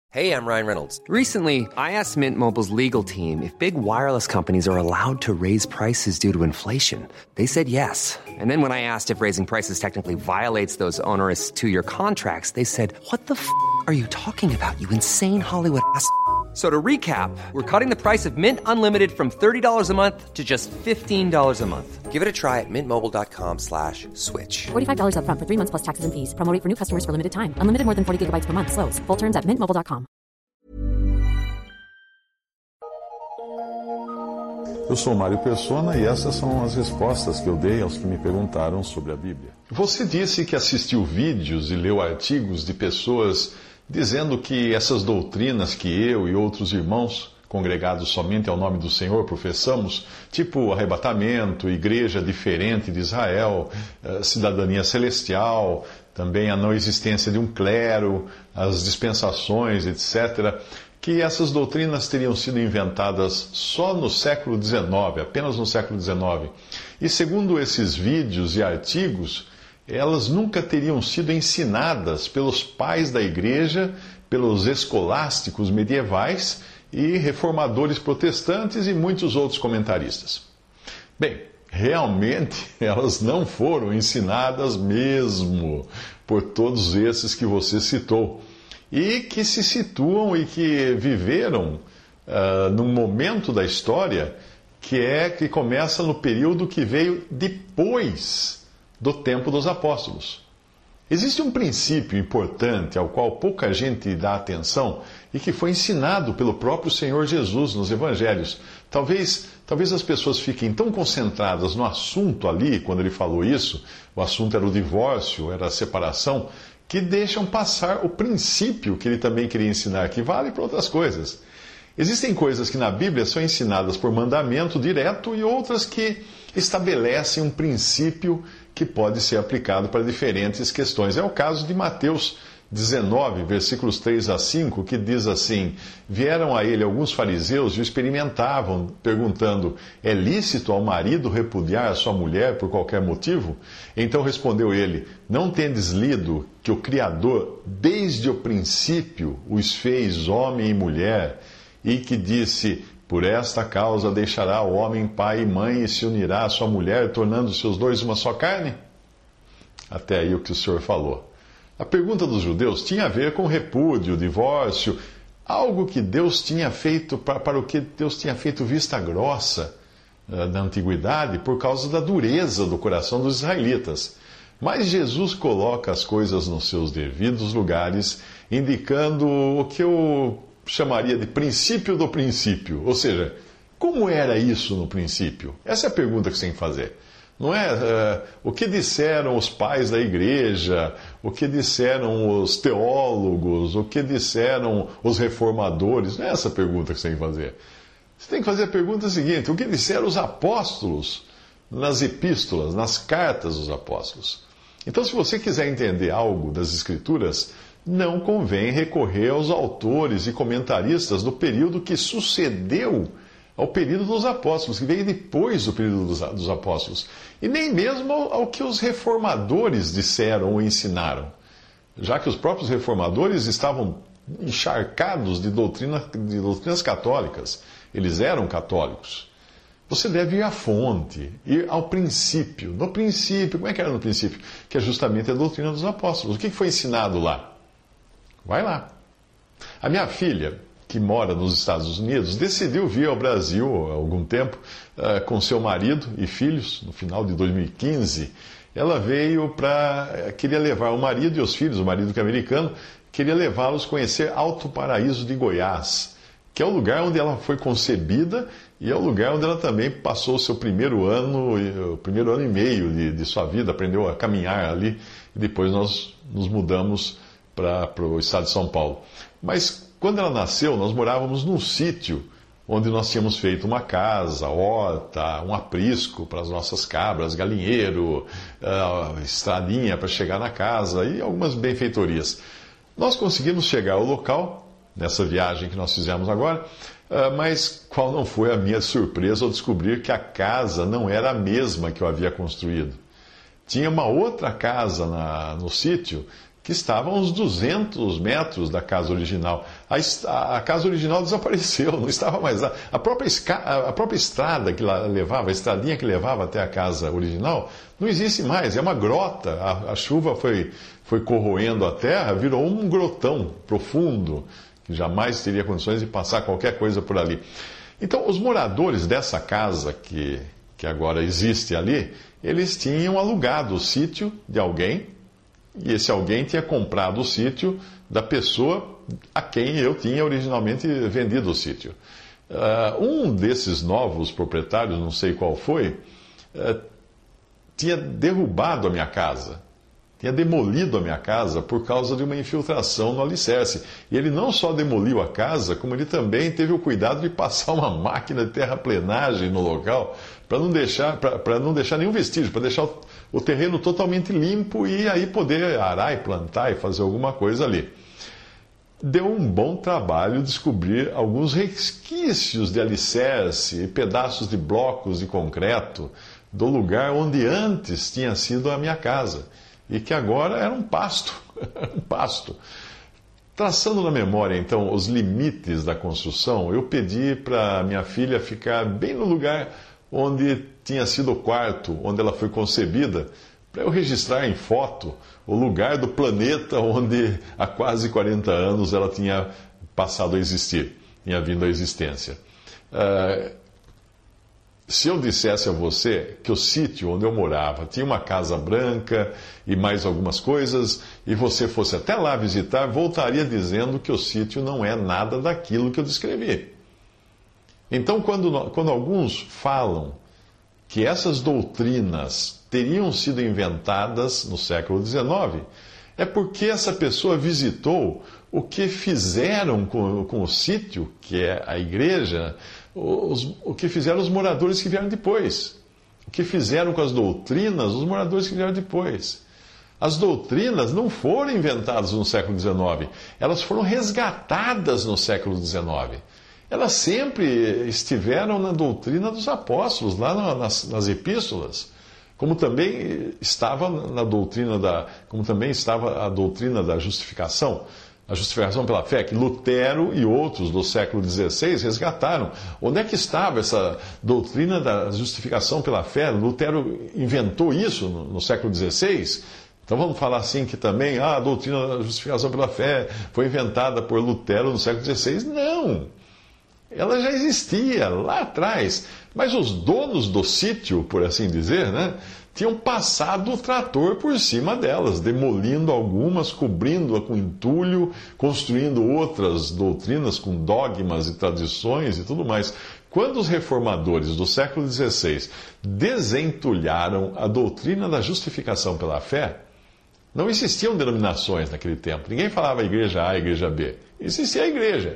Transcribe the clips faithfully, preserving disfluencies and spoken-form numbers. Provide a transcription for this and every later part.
Hey, I'm Ryan Reynolds. Recently, I asked Mint Mobile's legal team if big wireless companies are allowed to raise prices due to inflation. They said yes. And then when I asked if raising prices technically violates those onerous two-year contracts, they said, "What the f*** are you talking about, you insane Hollywood ass f- So to recap, we're cutting the price of Mint Unlimited from thirty dollars a month to just fifteen dollars a month. Give it a try at mintmobile.com slash switch. forty-five dollars up front for three months plus taxes and fees. Promo rate for new customers for limited time. Unlimited more than forty gigabytes per month. Slows full terms at mint mobile dot com. Eu sou Mário Persona e essas são as respostas que eu dei aos que me perguntaram sobre a Bíblia. Você disse que assistiu vídeos e leu artigos de pessoas dizendo que essas doutrinas que eu e outros irmãos, congregados somente ao nome do Senhor, professamos, tipo arrebatamento, igreja diferente de Israel, cidadania celestial, também a não existência de um clero, as dispensações, etcétera, que essas doutrinas teriam sido inventadas só no século dezenove, apenas no século dezenove. E segundo esses vídeos e artigos, elas nunca teriam sido ensinadas pelos pais da igreja, pelos escolásticos medievais e reformadores protestantes e muitos outros comentaristas. Bem, realmente elas não foram ensinadas mesmo por todos esses que você citou e que se situam e que viveram uh, num momento da história que é que começa no período que veio depois do tempo dos apóstolos. Existe um princípio importante ao qual pouca gente dá atenção e que foi ensinado pelo próprio Senhor Jesus nos evangelhos. Talvez, talvez as pessoas fiquem tão concentradas no assunto ali, quando ele falou isso, o assunto era o divórcio, era a separação, que deixam passar o princípio que ele também queria ensinar, que vale para outras coisas. Existem coisas que na Bíblia são ensinadas por mandamento direto e outras que estabelecem um princípio que pode ser aplicado para diferentes questões. É o caso de Mateus dezenove, versículos três a cinco, que diz assim: Vieram a ele alguns fariseus e o experimentavam, perguntando: É lícito ao marido repudiar a sua mulher por qualquer motivo? Então respondeu ele: Não tendes lido que o Criador, desde o princípio, os fez homem e mulher, e que disse: Por esta causa deixará o homem pai e mãe e se unirá à sua mulher, tornando-se os dois uma só carne? Até aí o que o Senhor falou. A pergunta dos judeus tinha a ver com repúdio, divórcio, algo que Deus tinha feito, para, para o que Deus tinha feito vista grossa uh, na antiguidade, por causa da dureza do coração dos israelitas. Mas Jesus coloca as coisas nos seus devidos lugares, indicando o que eu chamaria de princípio do princípio. Ou seja, como era isso no princípio? Essa é a pergunta que você tem que fazer. Não é uh, o que disseram os pais da igreja, o que disseram os teólogos, o que disseram os reformadores. Não é essa a pergunta que você tem que fazer. Você tem que fazer a pergunta seguinte: o que disseram os apóstolos nas epístolas, nas cartas dos apóstolos? Então, se você quiser entender algo das Escrituras, não convém recorrer aos autores e comentaristas do período que sucedeu ao período dos apóstolos, que veio depois do período dos, dos apóstolos. E nem mesmo ao, ao que os reformadores disseram ou ensinaram, já que os próprios reformadores estavam encharcados de, doutrina, de doutrinas católicas. Eles eram católicos. Você deve ir à fonte, ir ao princípio. No princípio, como é que era no princípio? Que é justamente a doutrina dos apóstolos. O que foi ensinado lá? Vai lá. A minha filha, que mora nos Estados Unidos, decidiu vir ao Brasil há algum tempo uh, com seu marido e filhos, no final de dois mil e quinze. Ela veio para... queria levar o marido e os filhos, o marido que é americano, queria levá-los a conhecer Alto Paraíso de Goiás, que é o lugar onde ela foi concebida e é o lugar onde ela também passou o seu primeiro ano, o primeiro ano e meio de, de sua vida, aprendeu a caminhar ali, e depois nós nos mudamos para o estado de São Paulo. Mas quando ela nasceu, nós morávamos num sítio onde nós tínhamos feito uma casa, horta, um aprisco para as nossas cabras, galinheiro, uh, estradinha para chegar na casa e algumas benfeitorias. Nós conseguimos chegar ao local, nessa viagem que nós fizemos agora, uh, mas qual não foi a minha surpresa ao descobrir que a casa não era a mesma que eu havia construído. Tinha uma outra casa na, no sítio que estava a uns duzentos metros da casa original. A, a casa original desapareceu, não estava mais lá. A própria, esca, a própria estrada que levava, a estradinha que levava até a casa original, não existe mais, é uma grota. A, a chuva foi, foi corroendo a terra, virou um grotão profundo, que jamais teria condições de passar qualquer coisa por ali. Então, os moradores dessa casa que, que agora existe ali, eles tinham alugado o sítio de alguém, e esse alguém tinha comprado o sítio da pessoa a quem eu tinha originalmente vendido o sítio. Uh, um desses novos proprietários, não sei qual foi, uh, tinha derrubado a minha casa, tinha demolido a minha casa por causa de uma infiltração no alicerce. E ele não só demoliu a casa, como ele também teve o cuidado de passar uma máquina de terraplenagem no local para não deixar, para não deixar nenhum vestígio, para deixar o, o terreno totalmente limpo e aí poder arar e plantar e fazer alguma coisa ali. Deu um bom trabalho descobrir alguns resquícios de alicerce e pedaços de blocos de concreto do lugar onde antes tinha sido a minha casa e que agora era um pasto, um pasto. Traçando na memória, então, os limites da construção, eu pedi para minha filha ficar bem no lugar onde tinha sido o quarto, onde ela foi concebida, para eu registrar em foto o lugar do planeta onde há quase quarenta anos ela tinha passado a existir, tinha vindo à existência. Uh, se eu dissesse a você que o sítio onde eu morava tinha uma casa branca e mais algumas coisas, e você fosse até lá visitar, voltaria dizendo que o sítio não é nada daquilo que eu descrevi. Então, quando, quando alguns falam que essas doutrinas teriam sido inventadas no século dezenove, é porque essa pessoa visitou o que fizeram com, com o sítio, que é a igreja, os, o que fizeram os moradores que vieram depois. O que fizeram com as doutrinas os moradores que vieram depois. As doutrinas não foram inventadas no século dezenove, elas foram resgatadas no século dezenove. Elas sempre estiveram na doutrina dos apóstolos, lá nas, nas epístolas, como também estava na doutrina da, como também estava a doutrina da justificação, a justificação pela fé, que Lutero e outros do século dezesseis resgataram. Onde é que estava essa doutrina da justificação pela fé? Lutero inventou isso no, no século dezesseis? Então vamos falar assim que também ah, a doutrina da justificação pela fé foi inventada por Lutero no século dezesseis? Não! Ela já existia lá atrás, mas os donos do sítio, por assim dizer, né, tinham passado o trator por cima delas, demolindo algumas, cobrindo-a com entulho, construindo outras doutrinas com dogmas e tradições e tudo mais. Quando os reformadores do século dezesseis desentulharam a doutrina da justificação pela fé, não existiam denominações naquele tempo. Ninguém falava igreja A, igreja B. Existia a igreja.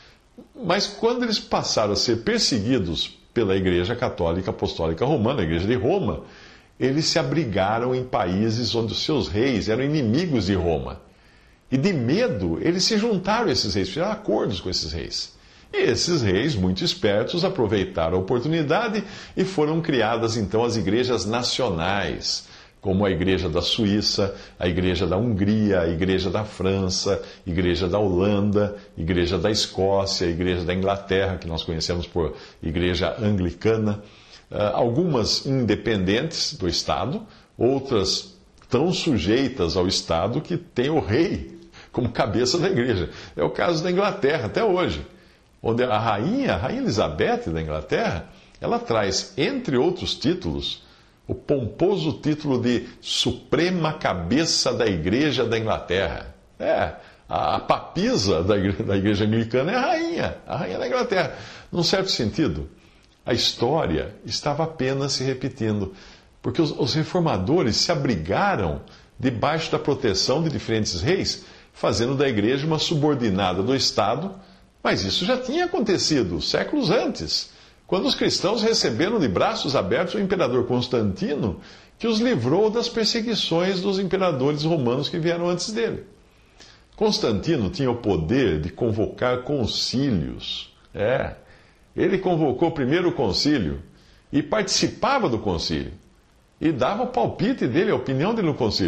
Mas quando eles passaram a ser perseguidos pela Igreja Católica Apostólica Romana, a Igreja de Roma, eles se abrigaram em países onde os seus reis eram inimigos de Roma. E de medo, eles se juntaram a esses reis, fizeram acordos com esses reis. E esses reis, muito espertos, aproveitaram a oportunidade e foram criadas então as igrejas nacionais, como a Igreja da Suíça, a Igreja da Hungria, a Igreja da França, a Igreja da Holanda, a Igreja da Escócia, a Igreja da Inglaterra, que nós conhecemos por Igreja Anglicana, algumas independentes do Estado, outras tão sujeitas ao Estado que tem o rei como cabeça da igreja. É o caso da Inglaterra até hoje, onde a rainha, a rainha Elizabeth da Inglaterra, ela traz, entre outros títulos, o pomposo título de Suprema Cabeça da Igreja da Inglaterra. É, a papisa da igreja, da igreja anglicana é a rainha, a rainha da Inglaterra. Num certo sentido, a história estava apenas se repetindo, porque os, os reformadores se abrigaram debaixo da proteção de diferentes reis, fazendo da igreja uma subordinada do Estado, mas isso já tinha acontecido séculos antes, quando os cristãos receberam de braços abertos o imperador Constantino, que os livrou das perseguições dos imperadores romanos que vieram antes dele. Constantino tinha o poder de convocar concílios. É, ele convocou primeiro o concílio e participava do concílio. E dava o palpite dele, a opinião dele no concílio.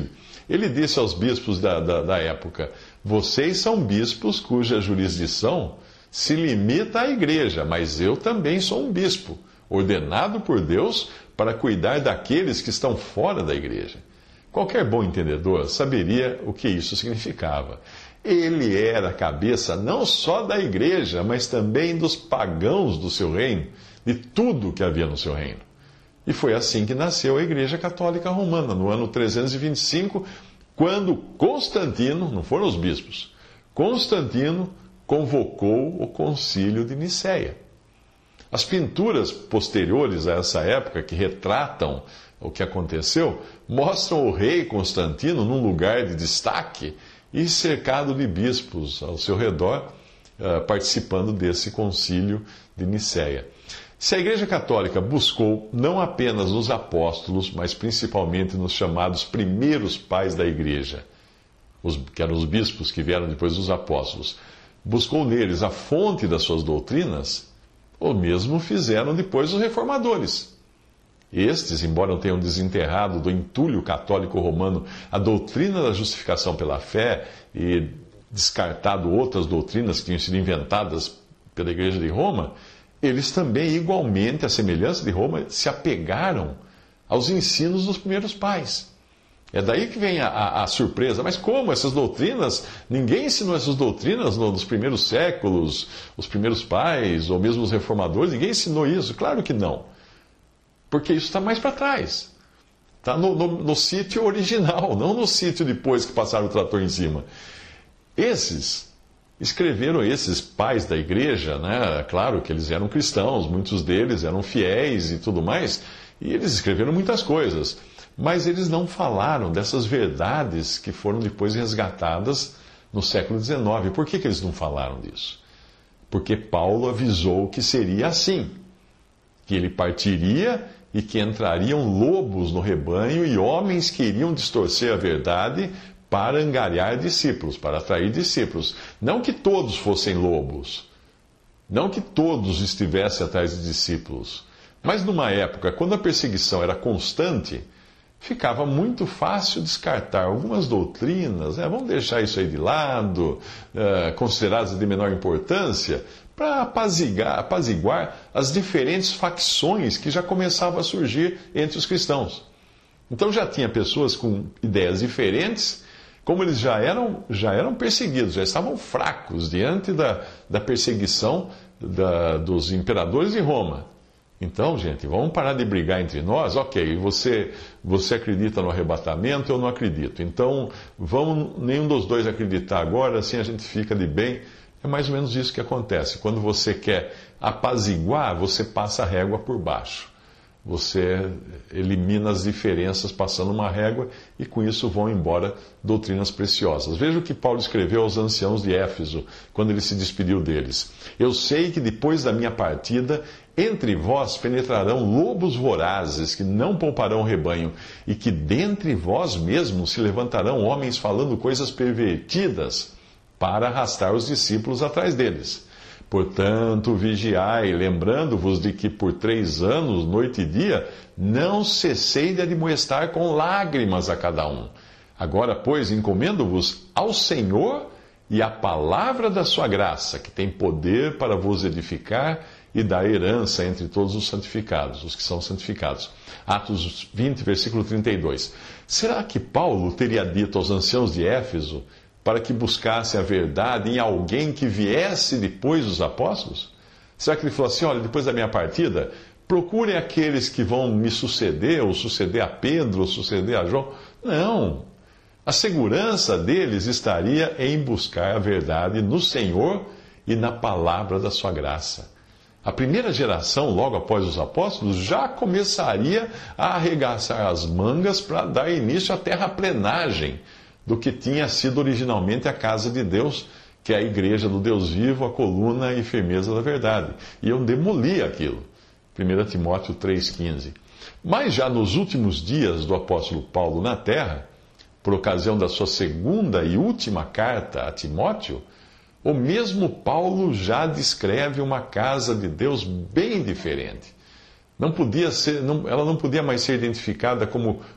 ele disse aos bispos da, da, da época: vocês são bispos cuja jurisdição se limita à igreja, mas eu também sou um bispo, ordenado por Deus para cuidar daqueles que estão fora da igreja. Qualquer bom entendedor saberia o que isso significava. Ele era a cabeça não só da igreja, mas também dos pagãos do seu reino, de tudo que havia no seu reino. E foi assim que nasceu a Igreja Católica Romana, no ano trezentos e vinte e cinco, quando Constantino, não foram os bispos, Constantino convocou o Concílio de Nicéia. As pinturas posteriores a essa época, que retratam o que aconteceu, mostram o rei Constantino num lugar de destaque e cercado de bispos ao seu redor, participando desse Concílio de Nicéia. Se a Igreja Católica buscou não apenas nos apóstolos, mas principalmente nos chamados primeiros pais da Igreja, os, que eram os bispos que vieram depois dos apóstolos, buscou neles a fonte das suas doutrinas, o mesmo fizeram depois os reformadores. Estes, embora tenham desenterrado do entulho católico romano a doutrina da justificação pela fé e descartado outras doutrinas que tinham sido inventadas pela Igreja de Roma, eles também, igualmente, à semelhança de Roma, se apegaram aos ensinos dos primeiros pais. É daí que vem a, a, a surpresa. Mas como essas doutrinas? Ninguém ensinou essas doutrinas nos primeiros séculos, os primeiros pais, ou mesmo os reformadores. Ninguém ensinou isso. Claro que não. Porque isso está mais para trás. Está no, no, no sítio original, não no sítio depois que passaram o trator em cima. Esses escreveram, esses pais da igreja, né? Claro que eles eram cristãos, muitos deles eram fiéis e tudo mais, e eles escreveram muitas coisas, mas eles não falaram dessas verdades que foram depois resgatadas no século dezenove. Por que que eles não falaram disso? Porque Paulo avisou que seria assim, que ele partiria e que entrariam lobos no rebanho e homens que iriam distorcer a verdade para angariar discípulos, para atrair discípulos. Não que todos fossem lobos, não que todos estivessem atrás de discípulos, mas numa época, quando a perseguição era constante, ficava muito fácil descartar algumas doutrinas, né? Vamos deixar isso aí de lado, uh, consideradas de menor importância, para apaziguar, apaziguar as diferentes facções que já começavam a surgir entre os cristãos. Então já tinha pessoas com ideias diferentes. Como eles já eram, já eram perseguidos, já estavam fracos diante da, da perseguição da, dos imperadores de Roma. Então, gente, vamos parar de brigar entre nós? Ok, você, você acredita no arrebatamento, eu não acredito. Então, vamos nenhum dos dois acreditar agora, assim a gente fica de bem. É mais ou menos isso que acontece. Quando você quer apaziguar, você passa a régua por baixo. Você elimina as diferenças passando uma régua e com isso vão embora doutrinas preciosas. Veja o que Paulo escreveu aos anciãos de Éfeso, quando ele se despediu deles. Eu sei que depois da minha partida, entre vós penetrarão lobos vorazes que não pouparão o rebanho, e que dentre vós mesmos se levantarão homens falando coisas pervertidas para arrastar os discípulos atrás deles. Portanto, vigiai, lembrando-vos de que por três anos, noite e dia, não cessei de admoestar com lágrimas a cada um. Agora, pois, encomendo-vos ao Senhor e à palavra da sua graça, que tem poder para vos edificar e dar herança entre todos os santificados, os que são santificados. Atos vinte, versículo trinta e dois. Será que Paulo teria dito aos anciãos de Éfeso para que buscassem a verdade em alguém que viesse depois dos apóstolos? Será que ele falou assim, olha, depois da minha partida, procurem aqueles que vão me suceder, ou suceder a Pedro, ou suceder a João? Não. A segurança deles estaria em buscar a verdade no Senhor e na palavra da sua graça. A primeira geração, logo após os apóstolos, já começaria a arregaçar as mangas para dar início à terraplenagem do que tinha sido originalmente a casa de Deus, que é a igreja do Deus vivo, a coluna e firmeza da verdade. E eu demoli aquilo. primeiro Timóteo três, quinze. Mas já nos últimos dias do apóstolo Paulo na terra, por ocasião da sua segunda e última carta a Timóteo, o mesmo Paulo já descreve uma casa de Deus bem diferente. Não podia ser, não, ela não podia mais ser identificada como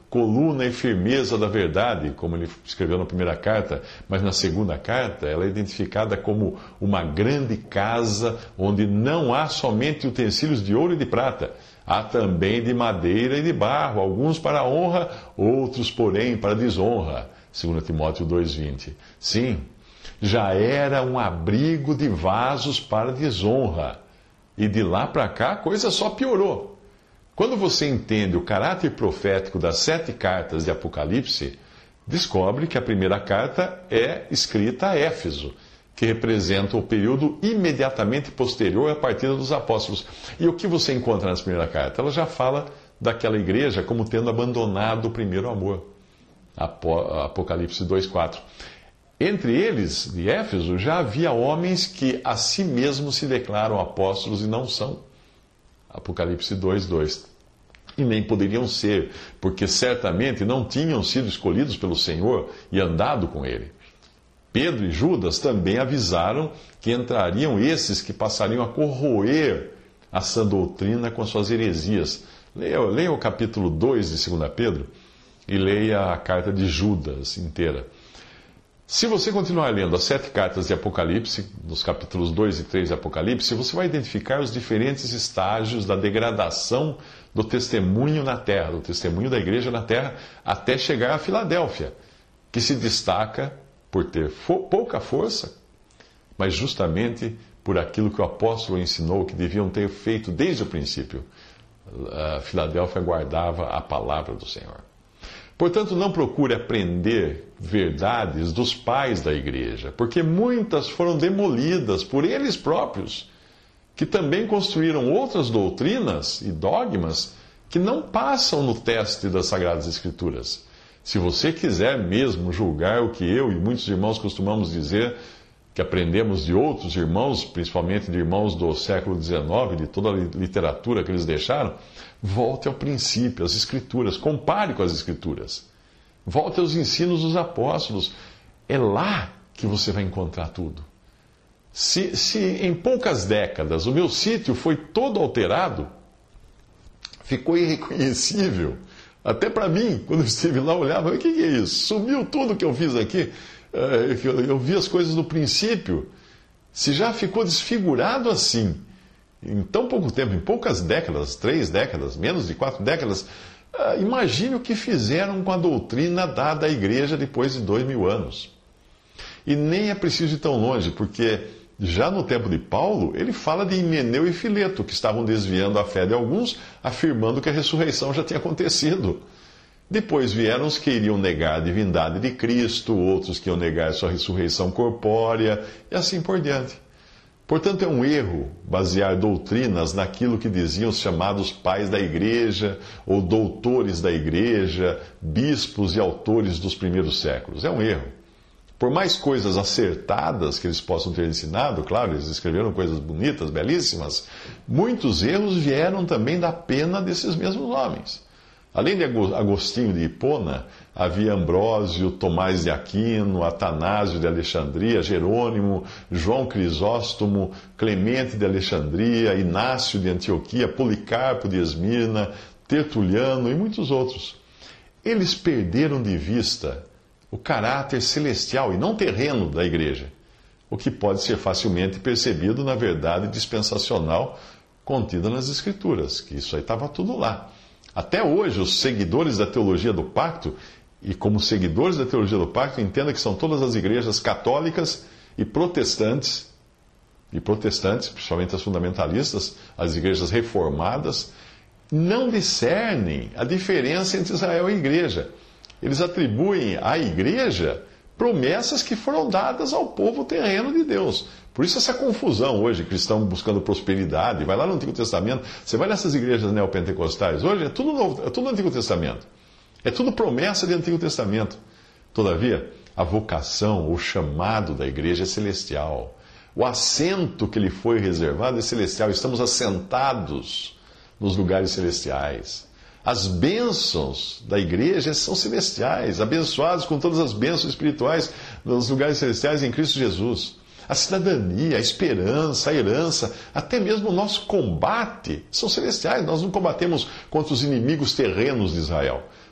coluna e firmeza da verdade, como ele escreveu na primeira carta, mas na segunda carta ela é identificada como uma grande casa onde não há somente utensílios de ouro e de prata, há também de madeira e de barro, alguns para a honra, outros, porém, para a desonra. Segundo Timóteo dois, vinte. Sim, já era um abrigo de vasos para desonra. E de lá para cá a coisa só piorou. Quando você entende o caráter profético das sete cartas de Apocalipse, descobre que a primeira carta é escrita a Éfeso, que representa o período imediatamente posterior à partida dos apóstolos. E o que você encontra nessa primeira carta? Ela já fala daquela igreja como tendo abandonado o primeiro amor. Apocalipse dois, quatro. Entre eles, de Éfeso, já havia homens que a si mesmos se declaram apóstolos e não são. Apocalipse dois, dois. E nem poderiam ser, porque certamente não tinham sido escolhidos pelo Senhor e andado com Ele. Pedro e Judas também avisaram que entrariam esses que passariam a corroer a sã doutrina com suas heresias. Leia, leia o capítulo dois de Segunda Pedro e leia a carta de Judas inteira. Se você continuar lendo as sete cartas de Apocalipse, nos capítulos dois e três de Apocalipse, você vai identificar os diferentes estágios da degradação do testemunho na terra, do testemunho da igreja na terra, até chegar a Filadélfia, que se destaca por ter fo- pouca força, mas justamente por aquilo que o apóstolo ensinou que deviam ter feito desde o princípio. A Filadélfia guardava a palavra do Senhor. Portanto, não procure aprender verdades dos pais da igreja, porque muitas foram demolidas por eles próprios, que também construíram outras doutrinas e dogmas que não passam no teste das Sagradas Escrituras. Se você quiser mesmo julgar o que eu e muitos irmãos costumamos dizer, que aprendemos de outros irmãos, principalmente de irmãos do século dezenove, de toda a literatura que eles deixaram, volte ao princípio, às Escrituras, compare com as Escrituras. Volte aos ensinos dos apóstolos. É lá que você vai encontrar tudo. Se, se em poucas décadas o meu sítio foi todo alterado, ficou irreconhecível. Até para mim, quando eu estive lá, eu olhava, o que é isso? Sumiu tudo que eu fiz aqui. Eu vi as coisas no princípio. Se já ficou desfigurado assim, em tão pouco tempo, em poucas décadas, três décadas, menos de quatro décadas, imagine o que fizeram com a doutrina dada à igreja depois de dois mil anos. E nem é preciso ir tão longe, porque já no tempo de Paulo, ele fala de Himeneu e Fileto, que estavam desviando a fé de alguns, afirmando que a ressurreição já tinha acontecido. Depois vieram os que iriam negar a divindade de Cristo, outros que iam negar sua ressurreição corpórea, e assim por diante. Portanto, é um erro basear doutrinas naquilo que diziam os chamados pais da igreja, ou doutores da igreja, bispos e autores dos primeiros séculos. É um erro. Por mais coisas acertadas que eles possam ter ensinado, claro, eles escreveram coisas bonitas, belíssimas, muitos erros vieram também da pena desses mesmos homens. Além de Agostinho de Hipona, havia Ambrósio, Tomás de Aquino, Atanásio de Alexandria, Jerônimo, João Crisóstomo, Clemente de Alexandria, Inácio de Antioquia, Policarpo de Esmirna, Tertuliano e muitos outros. Eles perderam de vista o caráter celestial e não terreno da igreja, o que pode ser facilmente percebido na verdade dispensacional contida nas Escrituras, que isso aí estava tudo lá. Até hoje, os seguidores da teologia do pacto, e como seguidores da teologia do pacto, entenda que são todas as igrejas católicas e protestantes, e protestantes, principalmente as fundamentalistas, as igrejas reformadas, não discernem a diferença entre Israel e a igreja. Eles atribuem à igreja promessas que foram dadas ao povo terreno de Deus. Por isso essa confusão hoje, cristão buscando prosperidade, vai lá no Antigo Testamento, você vai nessas igrejas neopentecostais, hoje é tudo novo, é tudo Antigo Testamento. É tudo promessa de Antigo Testamento. Todavia, a vocação, o chamado da igreja é celestial. O assento que lhe foi reservado é celestial. Estamos assentados nos lugares celestiais. As bênçãos da igreja são celestiais, abençoados com todas as bênçãos espirituais nos lugares celestiais em Cristo Jesus. A cidadania, a esperança, a herança, até mesmo o nosso combate são celestiais. Nós não combatemos contra os inimigos terrenos de Israel.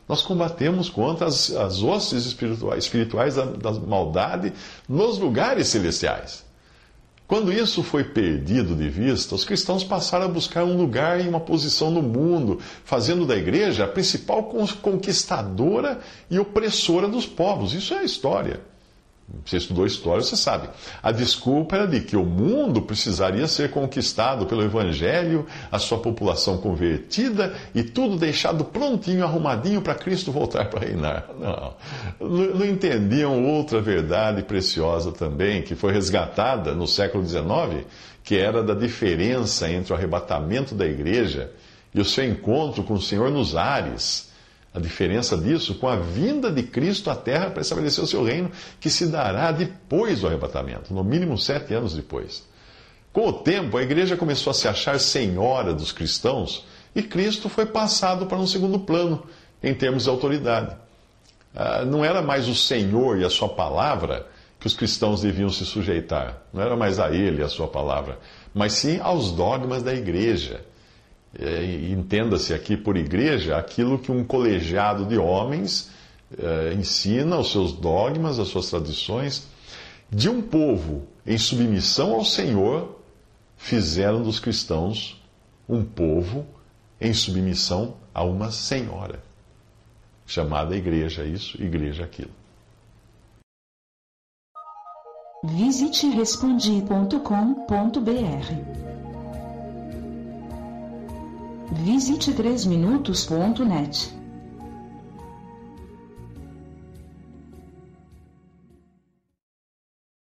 Nós combatemos contra as, as hostes espirituais, espirituais da, da maldade nos lugares celestiais. Quando isso foi perdido de vista, os cristãos passaram a buscar um lugar e uma posição no mundo, fazendo da igreja a principal conquistadora e opressora dos povos. Isso é a história. Você estudou história, você sabe. A desculpa era de que o mundo precisaria ser conquistado pelo Evangelho, a sua população convertida e tudo deixado prontinho, arrumadinho para Cristo voltar para reinar. Não. Não entendiam outra verdade preciosa também, que foi resgatada no século dezenove, que era da diferença entre o arrebatamento da igreja e o seu encontro com o Senhor nos ares. A diferença disso com a vinda de Cristo à Terra para estabelecer o seu reino, que se dará depois do arrebatamento, no mínimo sete anos depois. Com o tempo, a igreja começou a se achar senhora dos cristãos e Cristo foi passado para um segundo plano, em termos de autoridade. Ah, não era mais o Senhor e a sua palavra que os cristãos deviam se sujeitar. Não era mais a Ele e a sua palavra, mas sim aos dogmas da igreja. Entenda-se aqui por igreja aquilo que um colegiado de homens eh, ensina, os seus dogmas, as suas tradições, de um povo em submissão ao Senhor, fizeram dos cristãos um povo em submissão a uma senhora, chamada igreja isso, igreja aquilo. Visite respondi ponto com ponto br. Visite três minutos ponto net.